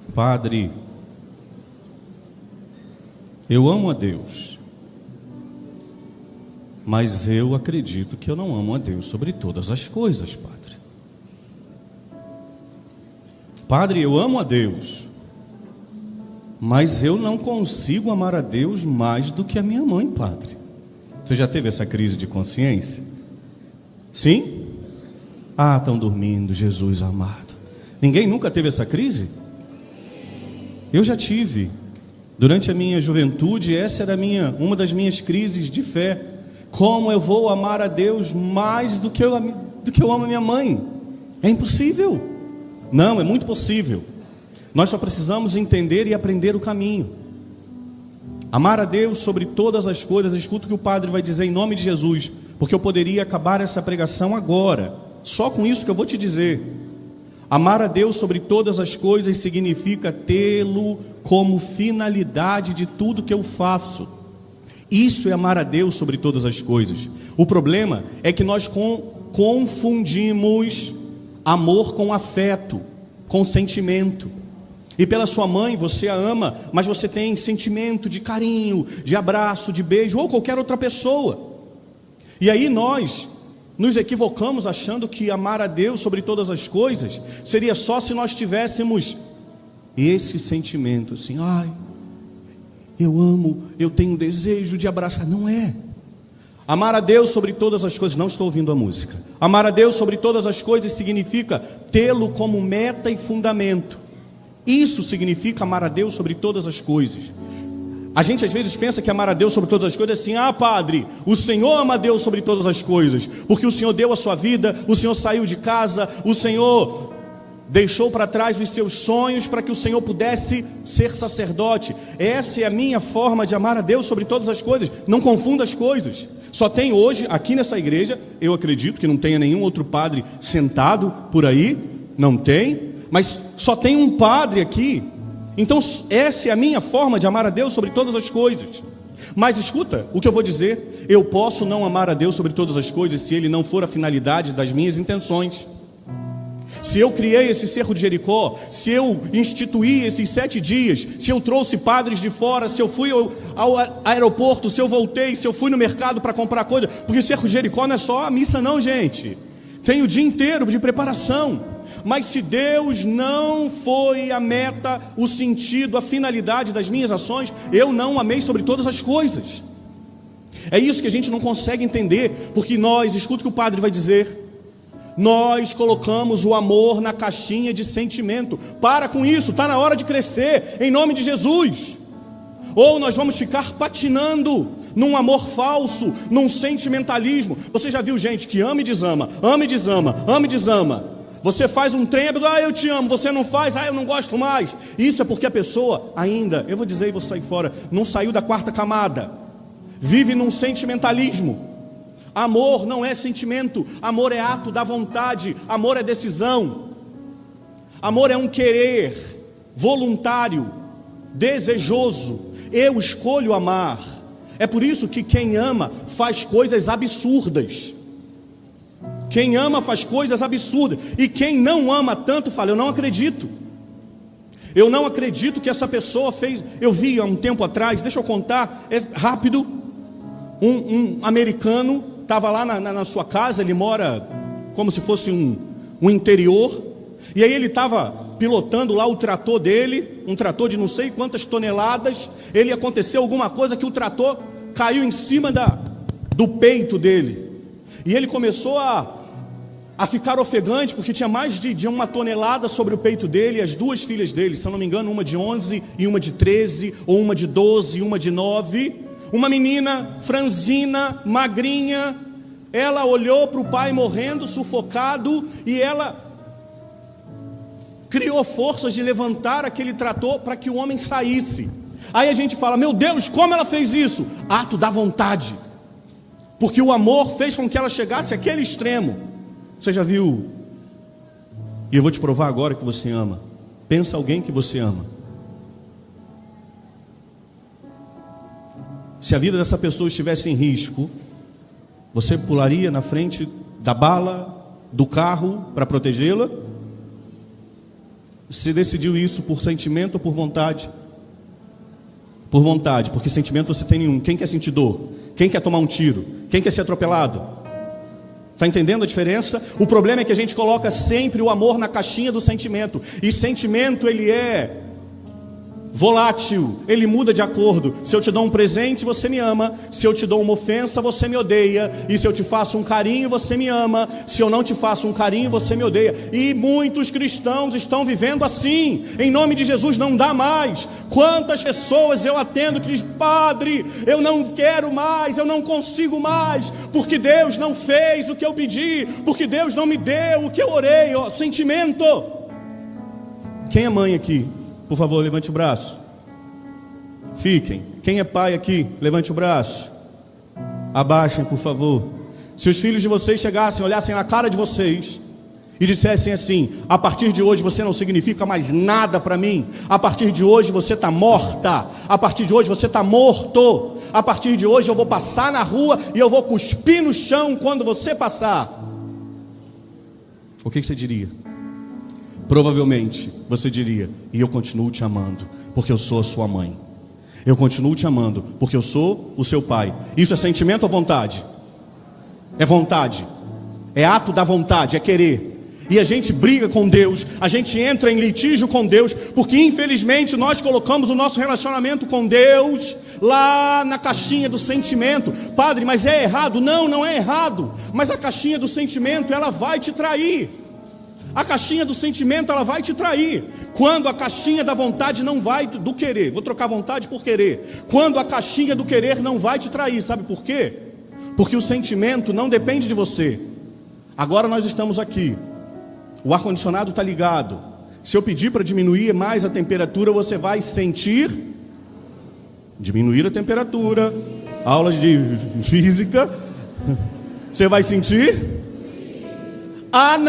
Padre, eu amo a Deus, mas eu acredito que eu não amo a Deus sobre todas as coisas, Padre. Padre, eu amo a Deus, mas eu não consigo amar a Deus mais do que a minha mãe, Padre. Você já teve essa crise de consciência? Sim? Ah, estão dormindo, Jesus amado. Ninguém nunca teve essa crise? Eu já tive. Durante a minha juventude, essa era uma das minhas crises de fé. Como eu vou amar a Deus mais do que eu amo a minha mãe? É impossível. Não, é muito possível. Nós só precisamos entender e aprender o caminho. Amar a Deus sobre todas as coisas. Escuta o que o Padre vai dizer em nome de Jesus, porque eu poderia acabar essa pregação agora, só com isso que eu vou te dizer. Amar a Deus sobre todas as coisas significa tê-lo como finalidade de tudo que eu faço. Isso é amar a Deus sobre todas as coisas. O problema é que nós confundimos amor com afeto, com sentimento. E pela sua mãe você a ama, mas você tem sentimento de carinho, de abraço, de beijo, ou qualquer outra pessoa. E aí nós nos equivocamos achando que amar a Deus sobre todas as coisas seria só se nós tivéssemos esse sentimento assim, ai, eu amo, eu tenho desejo de abraçar. Não é. Amar a Deus sobre todas as coisas, não estou ouvindo a música. Amar a Deus sobre todas as coisas significa tê-lo como meta e fundamento. Isso significa amar a Deus sobre todas as coisas. A gente às vezes pensa que amar a Deus sobre todas as coisas é assim, ah, Padre, o Senhor ama a Deus sobre todas as coisas, porque o Senhor deu a sua vida, o Senhor saiu de casa, o Senhor deixou para trás os seus sonhos para que o Senhor pudesse ser sacerdote. Essa é a minha forma de amar a Deus sobre todas as coisas. Não confunda as coisas. Só tem hoje, aqui nessa igreja, eu acredito que não tenha nenhum outro padre sentado por aí, não tem, mas só tem um padre aqui. Então essa é a minha forma de amar a Deus sobre todas as coisas. Mas escuta o que eu vou dizer. Eu posso não amar a Deus sobre todas as coisas se Ele não for a finalidade das minhas intenções. Se eu criei esse cerco de Jericó, se eu instituí esses 7 dias, se eu trouxe padres de fora, se eu fui ao aeroporto, se eu voltei, se eu fui no mercado para comprar coisa, porque o cerco de Jericó não é só a missa não, gente. Tem o dia inteiro de preparação. Mas se Deus não foi a meta, o sentido, a finalidade das minhas ações, eu não amei sobre todas as coisas. É isso que a gente não consegue entender, porque nós, escuta o que o Padre vai dizer, nós colocamos o amor na caixinha de sentimento. Para com isso, está na hora de crescer, em nome de Jesus. Ou nós vamos ficar patinando num amor falso, num sentimentalismo. Você já viu gente que ama e desama, ama e desama, ama e desama. Você faz um trem, ah, eu te amo, você não faz, ah, eu não gosto mais. Isso é porque a pessoa ainda, eu vou dizer e vou sair fora, não saiu da 4ª camada. Vive num sentimentalismo. Amor não é sentimento, amor é ato da vontade, amor é decisão. Amor é um querer voluntário, desejoso. Eu escolho amar. É por isso que quem ama faz coisas absurdas. Quem ama faz coisas absurdas. E quem não ama tanto fala, eu não acredito. Eu não acredito que essa pessoa fez. Eu vi há um tempo atrás, deixa eu contar, é rápido. Um americano estava lá na sua casa, ele mora como se fosse um interior. E aí ele estava pilotando lá o trator dele, um trator de não sei quantas toneladas. Ele aconteceu alguma coisa que o trator caiu em cima do peito dele. E ele começou a ficar ofegante, porque tinha mais de 1 tonelada sobre o peito dele. E as 2 filhas dele, se eu não me engano, uma de 11 e uma de 13, ou uma de 12 e uma de 9. Uma menina franzina, magrinha. Ela olhou para o pai morrendo, sufocado, e ela criou forças de levantar aquele trator para que o homem saísse. Aí a gente fala, meu Deus, como ela fez isso? Ato da vontade. Porque o amor fez com que ela chegasse àquele extremo. Você já viu? E eu vou te provar agora que você ama. Pensa alguém que você ama. Se a vida dessa pessoa estivesse em risco, você pularia na frente da bala, do carro, para protegê-la? Você decidiu isso por sentimento ou por vontade? Por vontade, porque sentimento você tem nenhum. Quem quer sentir dor? Quem quer tomar um tiro? Quem quer ser atropelado? Está entendendo a diferença? O problema é que a gente coloca sempre o amor na caixinha do sentimento. E sentimento, ele é volátil, ele muda de acordo. Se eu te dou um presente, você me ama. Se eu te dou uma ofensa, você me odeia. E se eu te faço um carinho, você me ama. Se eu não te faço um carinho, você me odeia. E muitos cristãos estão vivendo assim. Em nome de Jesus, não dá mais. Quantas pessoas eu atendo que dizem: padre, eu não quero mais, eu não consigo mais, porque Deus não fez o que eu pedi, porque Deus não me deu o que eu orei. Ó, sentimento. Quem é mãe aqui? Por favor, levante o braço. Fiquem. Quem é pai aqui? Levante o braço. Abaixem, por favor. Se os filhos de vocês chegassem, olhassem na cara de vocês e dissessem assim: a partir de hoje você não significa mais nada para mim. A partir de hoje você está morta. A partir de hoje você está morto. A partir de hoje eu vou passar na rua e eu vou cuspir no chão quando você passar. O que você diria? Provavelmente você diria: e eu continuo te amando, porque eu sou a sua mãe. Eu continuo te amando, porque eu sou o seu pai. Isso é sentimento ou vontade? É vontade. É ato da vontade, é querer. E a gente briga com Deus, a gente entra em litígio com Deus, porque infelizmente nós colocamos o nosso relacionamento com Deus lá na caixinha do sentimento. Padre, mas é errado? Não, não é errado. Mas a caixinha do sentimento, ela vai te trair. A caixinha do sentimento, ela vai te trair. Quando a caixinha da vontade não vai, do querer, vou trocar vontade por querer. Quando a caixinha do querer não vai te trair, sabe por quê? Porque o sentimento não depende de você. Agora nós estamos aqui, o ar-condicionado está ligado. Se eu pedir para diminuir mais a temperatura, você vai sentir diminuir a temperatura. Aulas de física. Você vai sentir? Ah,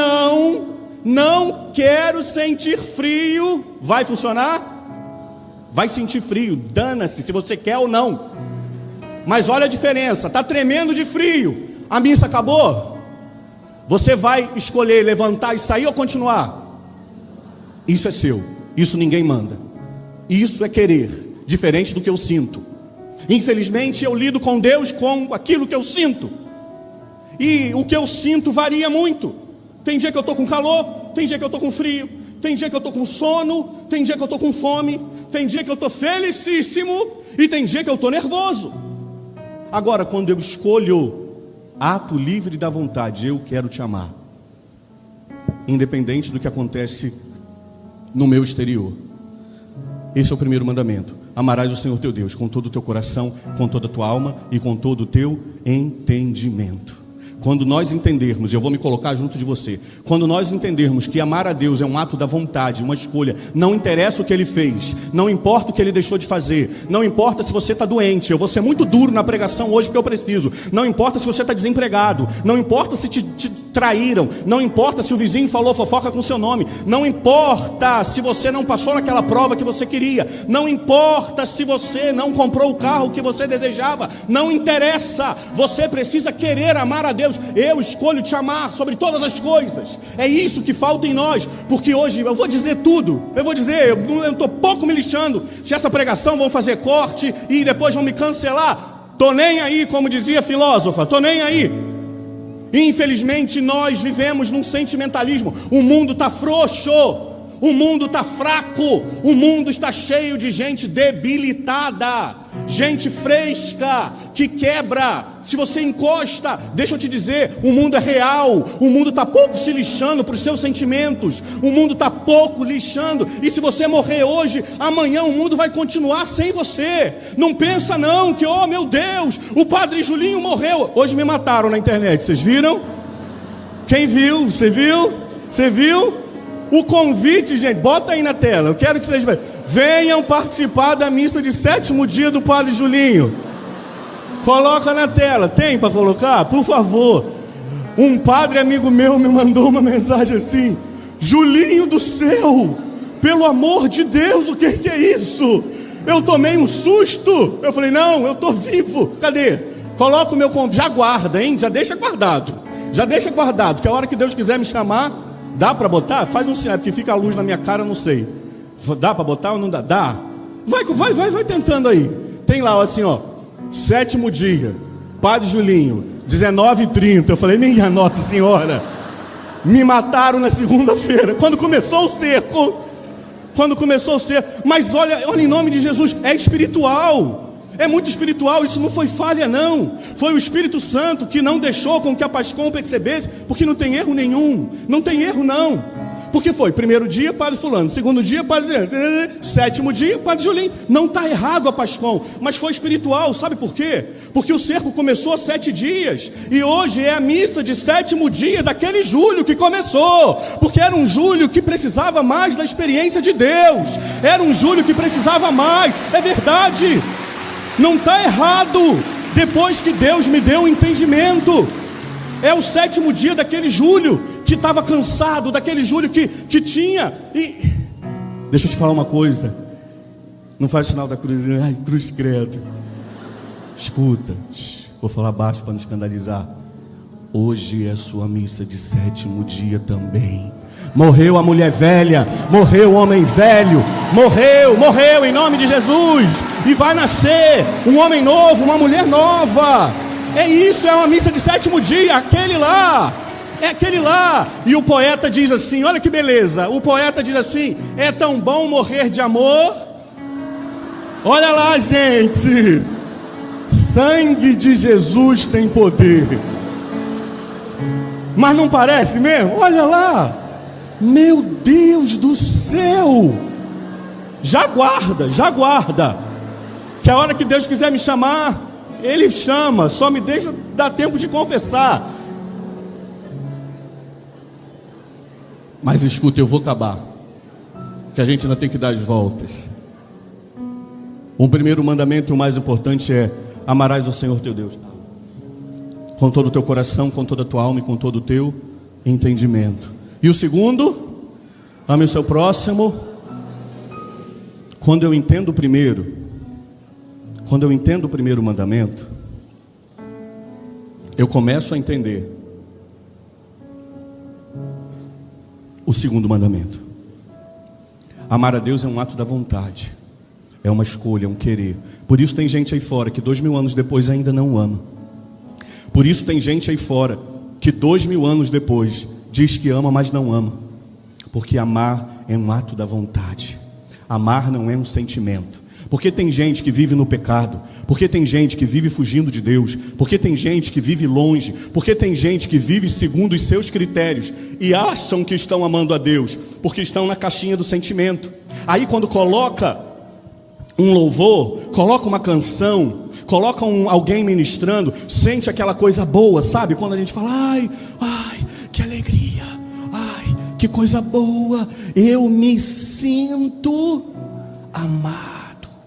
não quero sentir frio. Vai funcionar? Vai sentir frio, dana-se se você quer ou não. Mas olha a diferença, está tremendo de frio. A missa acabou? Você vai escolher levantar e sair ou continuar? Isso é seu, isso ninguém manda. Isso é querer, diferente do que eu sinto. Infelizmente eu lido com Deus com aquilo que eu sinto. E o que eu sinto varia muito. Tem dia que eu estou com calor, tem dia que eu estou com frio, tem dia que eu estou com sono, tem dia que eu estou com fome, tem dia que eu estou felicíssimo e tem dia que eu estou nervoso. Agora, quando eu escolho ato livre da vontade, eu quero te amar, independente do que acontece no meu exterior. Esse é o primeiro mandamento: amarás o Senhor teu Deus com todo o teu coração, com toda a tua alma e com todo o teu entendimento. Quando nós entendermos, eu vou me colocar junto de você, quando nós entendermos que amar a Deus é um ato da vontade, uma escolha, não interessa o que Ele fez, não importa o que Ele deixou de fazer, não importa se você está doente, eu vou ser muito duro na pregação hoje porque eu preciso, não importa se você está desempregado, não importa se te traíram, não importa se o vizinho falou fofoca com seu nome, não importa se você não passou naquela prova que você queria, não importa se você não comprou o carro que você desejava, não interessa, você precisa querer amar a Deus. Eu escolho te amar sobre todas as coisas. É isso que falta em nós, porque hoje eu vou dizer tudo, eu estou pouco me lixando se essa pregação vão fazer corte e depois vão me cancelar. Tô nem aí, como dizia a filósofa, tô nem aí. Infelizmente nós vivemos num sentimentalismo. O mundo está frouxo, o mundo está fraco, o mundo está cheio de gente debilitada, gente fresca, que quebra. Se você encosta, deixa eu te dizer, o mundo é real, o mundo está pouco se lixando para os seus sentimentos, o mundo está pouco lixando, e se você morrer hoje, amanhã o mundo vai continuar sem você. Não pensa não, que oh meu Deus, o padre Julinho morreu. Hoje me mataram na internet, vocês viram? Quem viu? Você viu? Você viu? O convite, gente, bota aí na tela, eu quero que vocês venham participar da missa de 7º dia do padre Julinho. Coloca na tela, tem para colocar? Por favor. Um padre amigo meu me mandou uma mensagem assim: Julinho do céu, pelo amor de Deus, o que é isso? Eu tomei um susto. Eu falei, não, eu estou vivo. Cadê? Coloca o meu convite, já guarda, hein? Já deixa guardado, que a hora que Deus quiser me chamar, Dá para botar? Faz um sinal, porque fica a luz na minha cara, não sei. Dá para botar ou não dá? Dá. Vai tentando aí. Tem lá assim, ó, 7º dia, Padre Julinho, 19h30. Eu falei, minha Nossa Senhora, me mataram na segunda-feira, quando começou o cerco. Mas olha em nome de Jesus, é espiritual. É muito espiritual, isso não foi falha não. Foi o Espírito Santo que não deixou com que a Pascom percebesse, porque não tem erro nenhum. Não tem erro não. Porque foi, 1º dia, Padre Fulano, 2º dia, Padre Adriano, 7º dia, Padre Julinho. Não está errado a Pascom, mas foi espiritual, sabe por quê? Porque o cerco começou há 7 dias, e hoje é a missa de 7º dia daquele julho que começou, porque era um julho que precisava mais da experiência de Deus, era um julho que precisava mais, é verdade. Não está errado, depois que Deus me deu o entendimento. É o 7º dia daquele julho que estava cansado, daquele julho que tinha. E deixa eu te falar uma coisa. Não faz sinal da cruz, ai, cruz credo. Escuta, vou falar baixo para não escandalizar. Hoje é a sua missa de 7º dia também. Morreu a mulher velha, morreu o homem velho, morreu em nome de Jesus. E vai nascer um homem novo, uma mulher nova. É isso, é uma missa de 7º dia, aquele lá. E o poeta diz assim, olha que beleza. O poeta diz assim, é tão bom morrer de amor. Olha lá, gente. Sangue de Jesus tem poder. Mas não parece mesmo? Olha lá. Meu Deus do céu. Já guarda. Que a hora que Deus quiser me chamar, Ele chama, só me deixa dar tempo de confessar. Mas escuta, eu vou acabar, que a gente ainda tem que dar as voltas. O primeiro mandamento, o mais importante, é: amarás ao Senhor teu Deus com todo o teu coração, com toda a tua alma e com todo o teu entendimento. E o segundo, ame o seu próximo. Quando eu entendo o primeiro mandamento, eu começo a entender o segundo mandamento. Amar a Deus é um ato da vontade, é uma escolha, é um querer. Por isso tem gente aí fora que 2000 anos depois ainda não ama. Por isso tem gente aí fora que 2000 anos depois diz que ama, mas não ama. Porque amar é um ato da vontade. Amar não é um sentimento. Porque tem gente que vive no pecado, porque tem gente que vive fugindo de Deus, porque tem gente que vive longe, porque tem gente que vive segundo os seus critérios e acham que estão amando a Deus, porque estão na caixinha do sentimento. Aí quando coloca um louvor, coloca uma canção, coloca alguém ministrando, sente aquela coisa boa, sabe? Quando a gente fala, ai, que alegria, ai, que coisa boa, eu me sinto amado.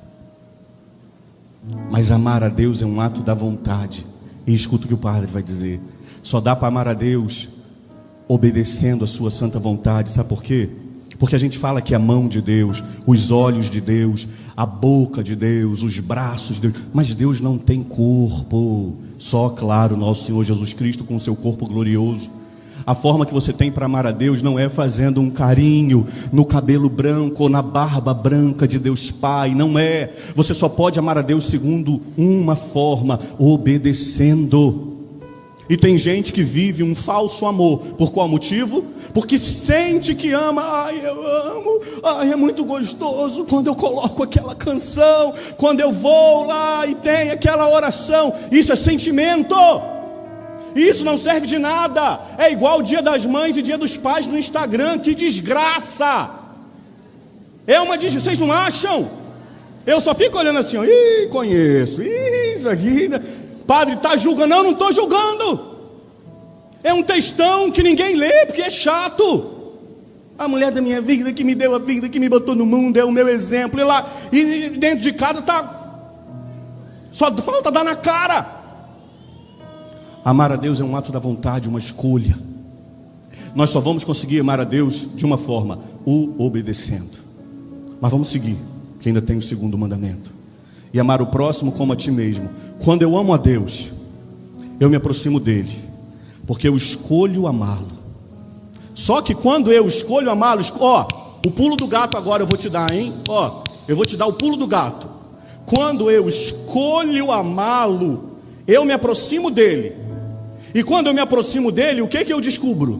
Mas amar a Deus é um ato da vontade. E escuta o que o padre vai dizer: só dá para amar a Deus obedecendo a sua santa vontade. Sabe por quê? Porque a gente fala que a mão de Deus, os olhos de Deus, a boca de Deus, os braços de Deus, mas Deus não tem corpo. Só, claro, nosso Senhor Jesus Cristo com o seu corpo glorioso. A forma que você tem para amar a Deus não é fazendo um carinho no cabelo branco ou na barba branca de Deus Pai, não é. Você só pode amar a Deus segundo uma forma: obedecendo. E tem gente que vive um falso amor. Por qual motivo? Porque sente que ama. Ai, eu amo. Ai, é muito gostoso quando eu coloco aquela canção, quando eu vou lá e tem aquela oração. Isso é sentimento. Isso não serve de nada. É igual o Dia das Mães e Dia dos Pais no Instagram. Que desgraça. É uma desgraça. Vocês não acham? Eu só fico olhando assim, ó. Ih, conheço. Ih, isso aqui. Padre, está julgando? Não, não estou julgando. É um textão que ninguém lê porque é chato. A mulher da minha vida, que me deu a vida, que me botou no mundo, é o meu exemplo. E lá, e dentro de casa está só falta dar na cara. Amar a Deus é um ato da vontade, uma escolha. Nós só vamos conseguir amar a Deus de uma forma: o obedecendo. Mas vamos seguir, que ainda tem o segundo mandamento: e amar o próximo como a ti mesmo. Quando eu amo a Deus, eu me aproximo dele, porque eu escolho amá-lo. Só que quando eu escolho amá-lo, o pulo do gato agora eu vou te dar, hein? Eu vou te dar o pulo do gato. Quando eu escolho amá-lo, eu me aproximo dele. E quando eu me aproximo dele, o que eu descubro?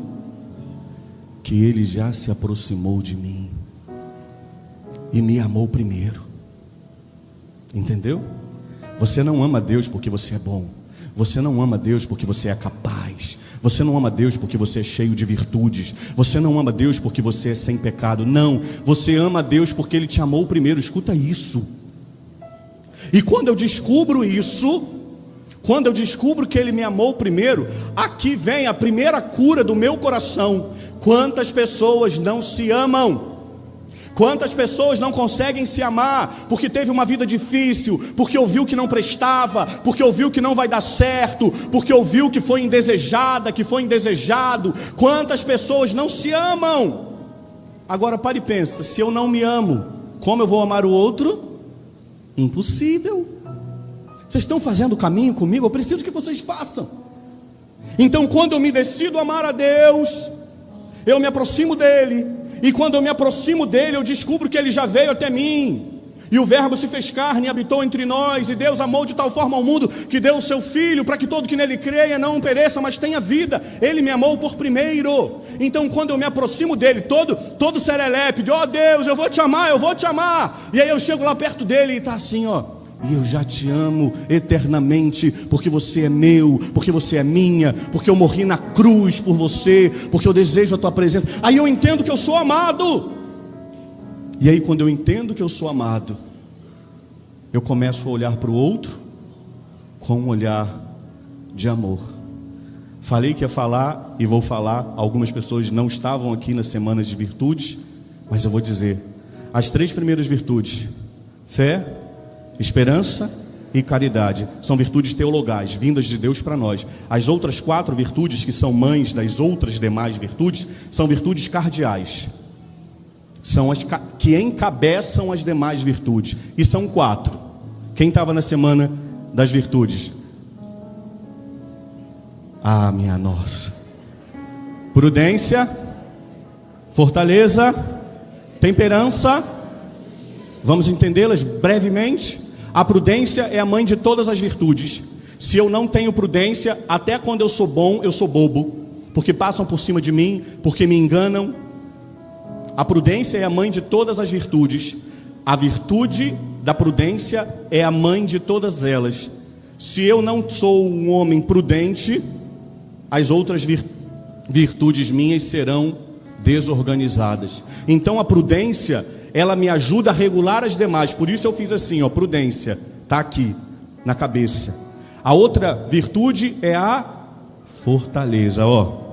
Que ele já se aproximou de mim e me amou primeiro. Entendeu? Você não ama Deus porque você é bom. Você não ama Deus porque você é capaz. Você não ama Deus porque você é cheio de virtudes. Você não ama Deus porque você é sem pecado. Não, você ama Deus porque Ele te amou primeiro. Escuta isso. E quando eu descubro isso, quando eu descubro que Ele me amou primeiro, aqui vem a primeira cura do meu coração. Quantas pessoas não se amam? Quantas pessoas não conseguem se amar porque teve uma vida difícil, porque ouviu que não prestava, porque ouviu que não vai dar certo, porque ouviu que foi indesejada, que foi indesejado. Quantas pessoas não se amam? Agora pare e pensa, se eu não me amo, como eu vou amar o outro? Impossível. Vocês estão fazendo o caminho comigo? Eu preciso que vocês façam. Então quando eu me decido amar a Deus, eu me aproximo dele. E quando eu me aproximo dele, eu descubro que ele já veio até mim. E o verbo se fez carne e habitou entre nós. E Deus amou de tal forma ao mundo que deu o seu Filho, para que todo que nele creia não pereça, mas tenha vida. Ele me amou por primeiro. Então quando eu me aproximo dele, todo serelepe, de Deus, eu vou te amar, eu vou te amar. E aí eu chego lá perto dele e está assim, e eu já te amo eternamente, porque você é meu, porque você é minha, porque eu morri na cruz por você, porque eu desejo a tua presença. Aí eu entendo que eu sou amado. E aí quando eu entendo que eu sou amado, eu começo a olhar para o outro com um olhar de amor. Falei que ia falar e vou falar. Algumas pessoas não estavam aqui nas semanas de virtudes, mas eu vou dizer as 3 primeiras virtudes: fé, esperança e caridade. São virtudes teologais, vindas de Deus para nós. As outras 4 virtudes, que são mães das outras demais virtudes, são virtudes cardeais. São as que encabeçam as demais virtudes. E são 4. Quem estava na semana das virtudes? Minha nossa. Prudência, fortaleza, temperança. Vamos entendê-las brevemente. A prudência é a mãe de todas as virtudes. Se eu não tenho prudência, até quando eu sou bom, eu sou bobo, porque passam por cima de mim, porque me enganam. A prudência é a mãe de todas as virtudes. A virtude da prudência é a mãe de todas elas. Se eu não sou um homem prudente, as outras virtudes minhas serão desorganizadas. Então a prudência, ela me ajuda a regular as demais. Por isso eu fiz assim, prudência, está aqui na cabeça. A outra virtude é a fortaleza.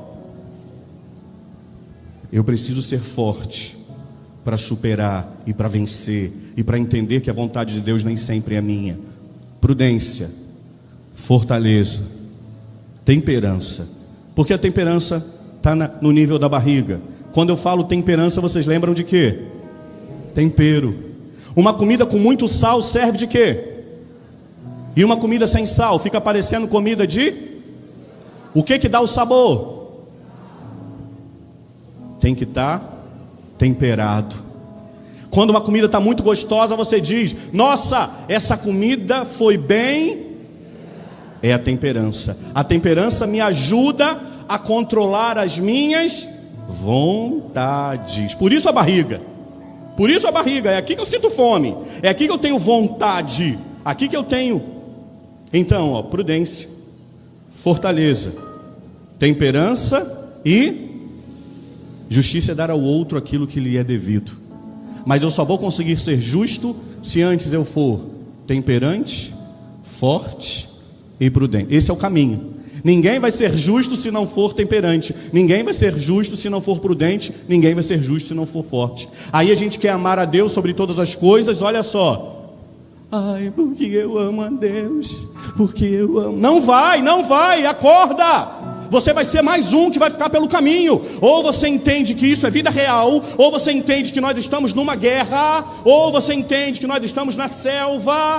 Eu preciso ser forte para superar e para vencer e para entender que a vontade de Deus nem sempre é minha. Prudência, fortaleza, temperança. Porque a temperança está no nível da barriga. Quando eu falo temperança, vocês lembram de quê? Tempero. Uma comida com muito sal serve de quê? E uma comida sem sal fica parecendo comida de? O que dá o sabor? Tem que estar temperado. Quando uma comida está muito gostosa, você diz: nossa, essa comida foi bem. É a temperança. A temperança me ajuda a controlar as minhas vontades. Por isso a barriga. Por isso a barriga. É aqui que eu sinto fome. É aqui que eu tenho vontade. Aqui que eu tenho. Então, prudência, fortaleza, temperança e justiça é dar ao outro aquilo que lhe é devido. Mas eu só vou conseguir ser justo se antes eu for temperante, forte e prudente. Esse é o caminho. Ninguém vai ser justo se não for temperante. Ninguém vai ser justo se não for prudente. Ninguém vai ser justo se não for forte. Aí a gente quer amar a Deus sobre todas as coisas. Olha só. Ai, porque eu amo a Deus. Porque eu amo. Não vai, acorda. Você vai ser mais um que vai ficar pelo caminho. Ou você entende que isso é vida real, ou você entende que nós estamos numa guerra, ou você entende que nós estamos na selva,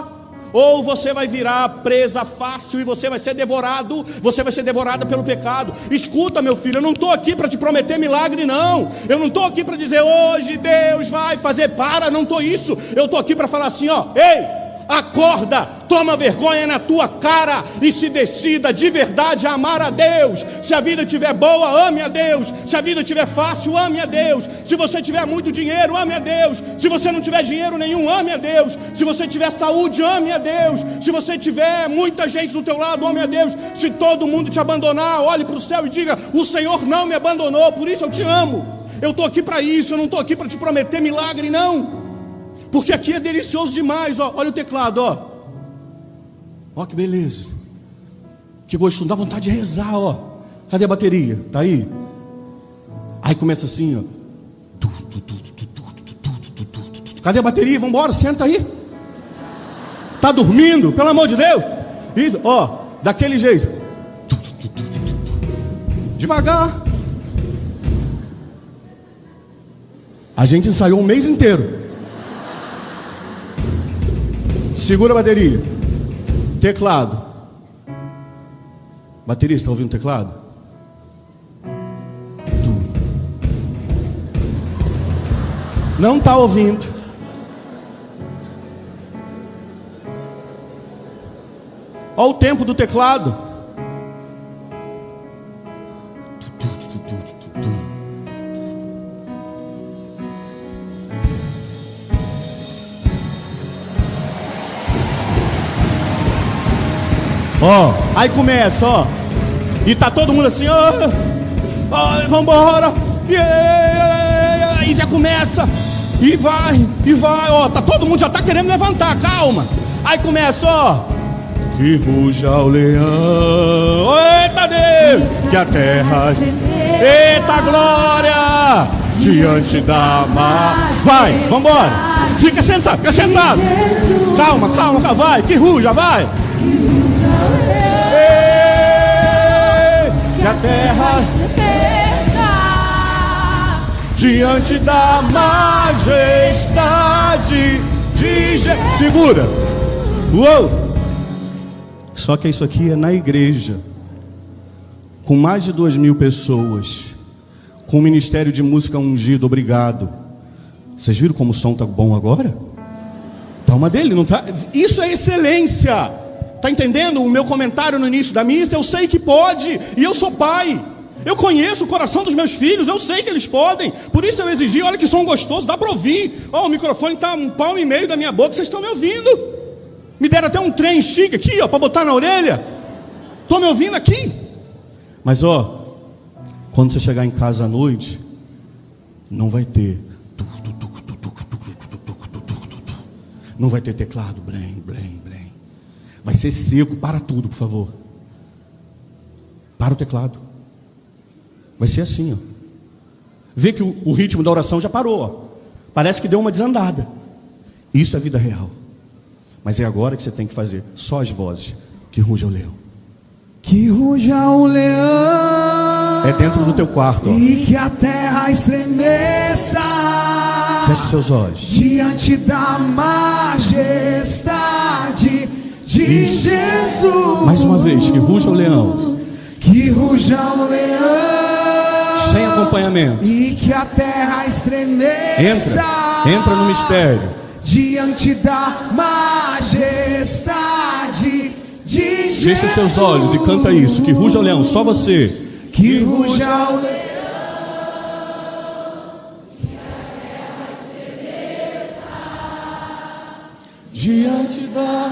ou você vai virar presa fácil e você vai ser devorado, você vai ser devorada pelo pecado. Escuta, meu filho, eu não estou aqui para te prometer milagre, não. Eu não estou aqui para dizer hoje Deus vai fazer, não estou isso. Eu estou aqui para falar assim, ó, ei, acorda, toma vergonha na tua cara e se decida de verdade a amar a Deus. Se a vida estiver boa, ame a Deus. Se a vida estiver fácil, ame a Deus. Se você tiver muito dinheiro, ame a Deus. Se você não tiver dinheiro nenhum, ame a Deus. Se você tiver saúde, ame a Deus. Se você tiver muita gente do teu lado, ame a Deus. Se todo mundo te abandonar, olhe para o céu e diga, o Senhor não me abandonou, por isso eu te amo. Eu estou aqui para isso, eu não estou aqui para te prometer milagre, não. Porque aqui é delicioso demais, ó. Olha o teclado, ó. Ó que beleza. Que gostoso, dá vontade de rezar, ó. Cadê a bateria? Tá aí? Aí começa assim, ó. Cadê a bateria? Vamos embora, senta aí. Tá dormindo? Pelo amor de Deus. E, ó, daquele jeito. Devagar. A gente ensaiou um mês inteiro. Segura a bateria. Teclado. Bateria, está ouvindo o teclado? Não está ouvindo. Olha o tempo do teclado. Ó, aí começa, ó. E tá todo mundo assim, ó. Vambora. E já começa. E vai, ó. Tá todo mundo já tá querendo levantar, calma. Aí começa, ó. Que ruja o leão. Eita Deus, que a terra. Eita glória. Diante da mar. Vai, vambora. Fica sentado, fica sentado. Calma, vai. Que ruja, vai. Que a terra diante da majestade de Jesus. Segura. Uou. Só que isso aqui é na igreja, com mais de 2.000 pessoas, com o ministério de música ungido. Obrigado. Vocês viram como o som tá bom agora? Tá uma dele, não tá? Isso é excelência. Está entendendo o meu comentário no início da missa? Eu sei que pode, e eu sou pai. Eu conheço o coração dos meus filhos, eu sei que eles podem. Por isso eu exigi, olha que som gostoso, dá para ouvir. Ó, o microfone está 1,5 palmo da minha boca, vocês estão me ouvindo. Me deram até um trem chique aqui, ó, para botar na orelha. Estão me ouvindo aqui. Mas ó, quando você chegar em casa à noite, não vai ter. Não vai ter teclado, blém. Vai ser seco, para tudo, por favor. Para o teclado. Vai ser assim, ó. Vê que o ritmo da oração já parou, ó. Parece que deu uma desandada. Isso é vida real. Mas é agora que você tem que fazer só as vozes. Que ruja o leão. Que ruja o leão. É dentro do teu quarto, ó. E que a terra estremeça. Feche seus olhos. Diante da majestade de Jesus. Mais uma vez, que ruja o leão. Que ruja o leão. Sem acompanhamento. E que a terra estremeça. Entra no mistério. Diante da majestade de Jesus. Feche seus olhos e canta isso. Que ruja o leão, só você. Que ruja o leão. Diante da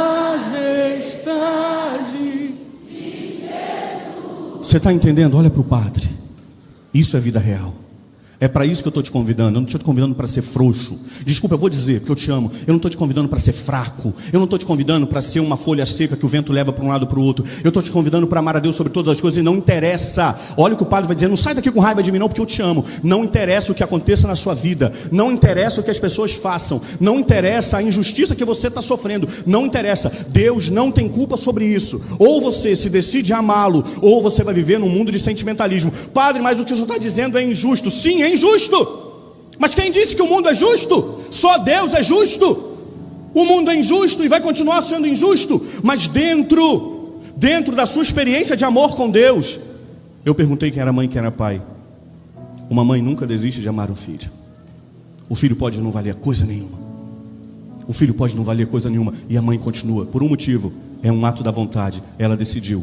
majestade de Jesus. Você está entendendo? Olha para o Padre. Isso é vida real. É para isso que eu estou te convidando. Eu não estou te convidando para ser frouxo. Desculpa, eu vou dizer, porque eu te amo. Eu não estou te convidando para ser fraco. Eu não estou te convidando para ser uma folha seca que o vento leva para um lado para o outro. Eu estou te convidando para amar a Deus sobre todas as coisas. E não interessa. Olha o que o Padre vai dizer. Não sai daqui com raiva de mim não, porque eu te amo. Não interessa o que aconteça na sua vida. Não interessa o que as pessoas façam. Não interessa a injustiça que você está sofrendo. Não interessa. Deus não tem culpa sobre isso. Ou você se decide amá-lo, ou você vai viver num mundo de sentimentalismo. Padre, mas o que o senhor está dizendo é injusto. Sim, é injusto. Mas quem disse que o mundo é justo? Só Deus é justo. O mundo é injusto e vai continuar sendo injusto, mas dentro da sua experiência de amor com Deus. Eu perguntei quem era mãe e quem era pai. Uma mãe nunca desiste de amar um filho. O filho pode não valer coisa nenhuma. O filho pode não valer coisa nenhuma. E a mãe continua, por um motivo. É um ato da vontade. Ela decidiu.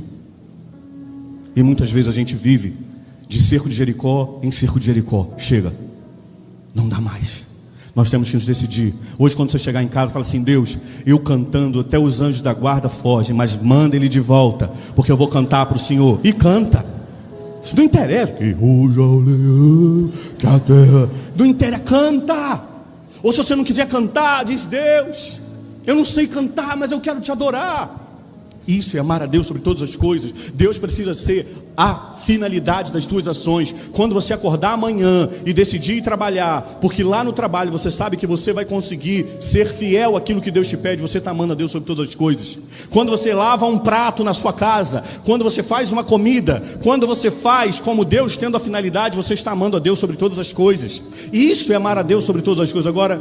E muitas vezes a gente vive de cerco de Jericó em cerco de Jericó. Chega, não dá mais. Nós temos que nos decidir. Hoje quando você chegar em casa, fala assim: Deus, eu cantando, até os anjos da guarda fogem, mas manda ele de volta, porque eu vou cantar para o Senhor. E canta. Isso não interessa. Que ruja o leão, que a terra. Não interessa, canta. Ou se você não quiser cantar, diz: Deus, eu não sei cantar, mas eu quero te adorar. Isso é amar a Deus sobre todas as coisas. Deus precisa ser a finalidade das tuas ações. Quando você acordar amanhã e decidir ir trabalhar, porque lá no trabalho você sabe que você vai conseguir ser fiel àquilo que Deus te pede, você está amando a Deus sobre todas as coisas. Quando você lava um prato na sua casa, quando você faz uma comida, quando você faz como Deus tendo a finalidade, você está amando a Deus sobre todas as coisas. E isso é amar a Deus sobre todas as coisas. Agora,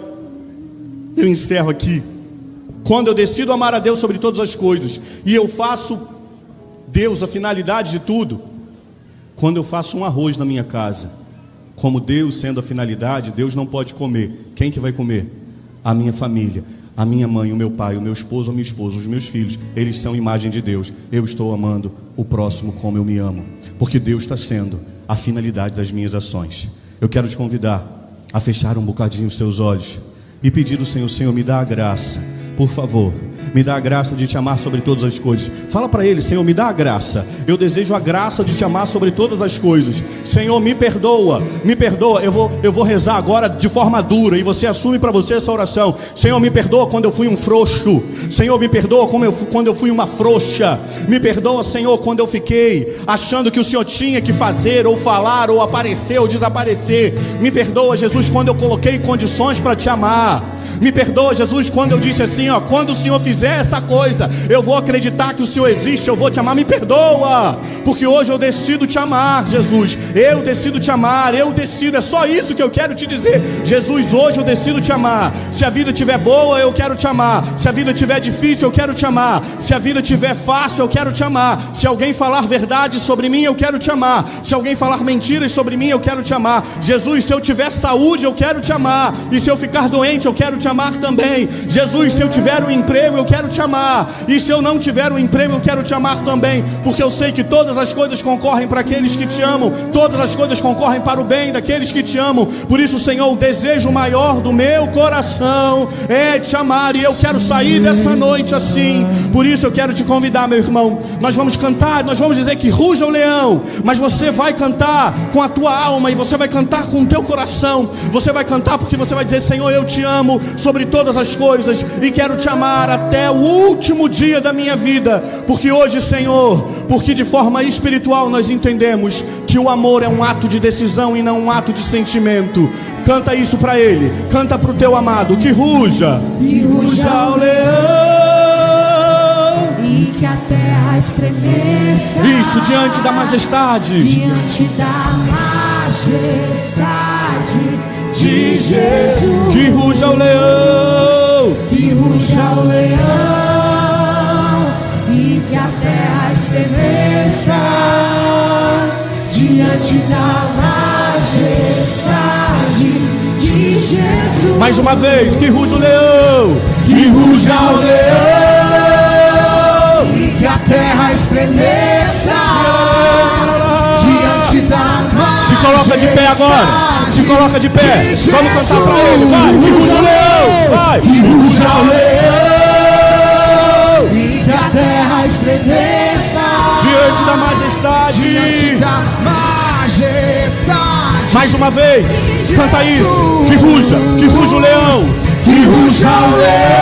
eu encerro aqui. Quando eu decido amar a Deus sobre todas as coisas, e eu faço Deus a finalidade de tudo, quando eu faço um arroz na minha casa, como Deus sendo a finalidade, Deus não pode comer. Quem que vai comer? A minha família, a minha mãe, o meu pai, o meu esposo, a minha esposa, os meus filhos. Eles são imagem de Deus. Eu estou amando o próximo como eu me amo, porque Deus está sendo a finalidade das minhas ações. Eu quero te convidar a fechar um bocadinho os seus olhos e pedir ao Senhor: Senhor, me dá a graça. Por favor, me dá a graça de te amar sobre todas as coisas. Fala para Ele: Senhor, me dá a graça. Eu desejo a graça de te amar sobre todas as coisas. Senhor, me perdoa, me perdoa. Eu vou rezar agora de forma dura, e você assume para você essa oração. Senhor, me perdoa quando eu fui um frouxo. Senhor, me perdoa quando eu fui uma frouxa. Me perdoa, Senhor, quando eu fiquei achando que o Senhor tinha que fazer, ou falar, ou aparecer, ou desaparecer. Me perdoa, Jesus, quando eu coloquei condições para te amar. Me perdoa, Jesus, quando eu disse assim, ó: quando o Senhor fizer essa coisa, eu vou acreditar que o Senhor existe, eu vou te amar. Me perdoa, porque hoje eu decido te amar, Jesus. Eu decido te amar, eu decido. É só isso que eu quero te dizer, Jesus. Hoje eu decido te amar. Se a vida estiver boa, eu quero te amar. Se a vida estiver difícil, eu quero te amar. Se a vida estiver fácil, eu quero te amar. Se alguém falar verdade sobre mim, eu quero te amar. Se alguém falar mentiras sobre mim, eu quero te amar. Jesus, se eu tiver saúde, eu quero te amar. E se eu ficar doente, eu quero te amar também. Jesus, se eu tiver um emprego, eu quero te amar. E se eu não tiver um emprego, eu quero te amar também, porque eu sei que todas as coisas concorrem para aqueles que te amam. Todas as coisas concorrem para o bem daqueles que te amam. Por isso, Senhor, o desejo maior do meu coração é te amar, e eu quero sair dessa noite assim. Por isso eu quero te convidar, meu irmão. Nós vamos cantar, nós vamos dizer que ruja o leão, mas você vai cantar com a tua alma, e você vai cantar com o teu coração. Você vai cantar porque você vai dizer: Senhor, eu te amo sobre todas as coisas, e quero te amar até o último dia da minha vida. Porque hoje, Senhor, porque de forma espiritual nós entendemos que o amor é um ato de decisão e não um ato de sentimento. Canta isso para Ele, canta para o teu amado: que ruja o leão, e que a terra estremeça. Isso, diante da majestade, diante da majestade de Jesus. Que ruja o leão, que ruja o leão, e que a terra estremeça diante da majestade de Jesus. Mais uma vez: que ruja o leão, que ruja o leão, e que a terra estremeça diante da majestade. Se coloca de pé agora. Se coloca de pé. Vamos cantar para Ele. Vai, que ruja o leão. Vai, que ruja o leão, e que a terra estremeça diante da majestade. Diante da majestade. Mais uma vez, canta isso. Que ruja o leão. Que ruja o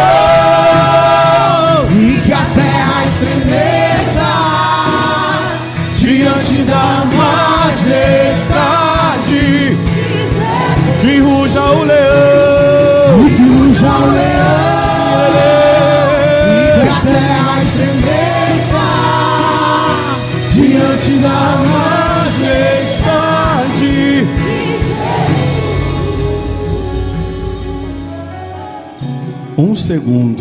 leão, e que a terra estremeça diante da majestade. Que ruja o leão, que ruja o leão, e que a terra estremeça diante da majestade. um segundo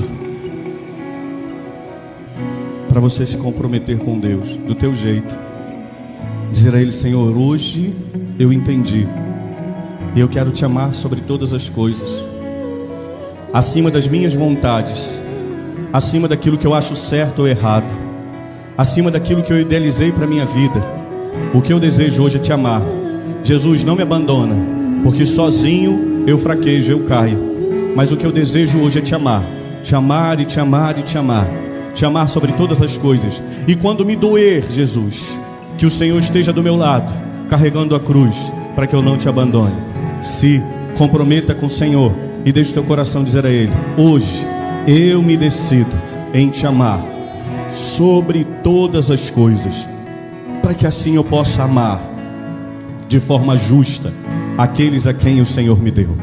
para você se comprometer com Deus do teu jeito. Dizer a Ele: Senhor, hoje eu entendi e eu quero te amar sobre todas as coisas, acima das minhas vontades, acima daquilo que eu acho certo ou errado, acima daquilo que eu idealizei para a minha vida. O que eu desejo hoje é te amar. Jesus, não me abandona, porque sozinho eu fraquejo, eu caio. Mas o que eu desejo hoje é te amar. Te amar e te amar e te amar. Te amar sobre todas as coisas. E quando me doer, Jesus, que o Senhor esteja do meu lado, carregando a cruz, para que eu não te abandone. Se comprometa com o Senhor e deixe o teu coração dizer a Ele: hoje eu me decido em te amar sobre todas as coisas, para que assim eu possa amar de forma justa aqueles a quem o Senhor me deu.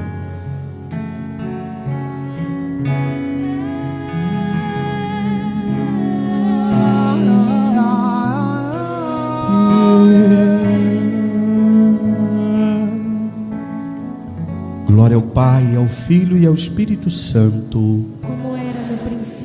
Glória ao Pai, ao Filho e ao Espírito Santo, como era no princípio,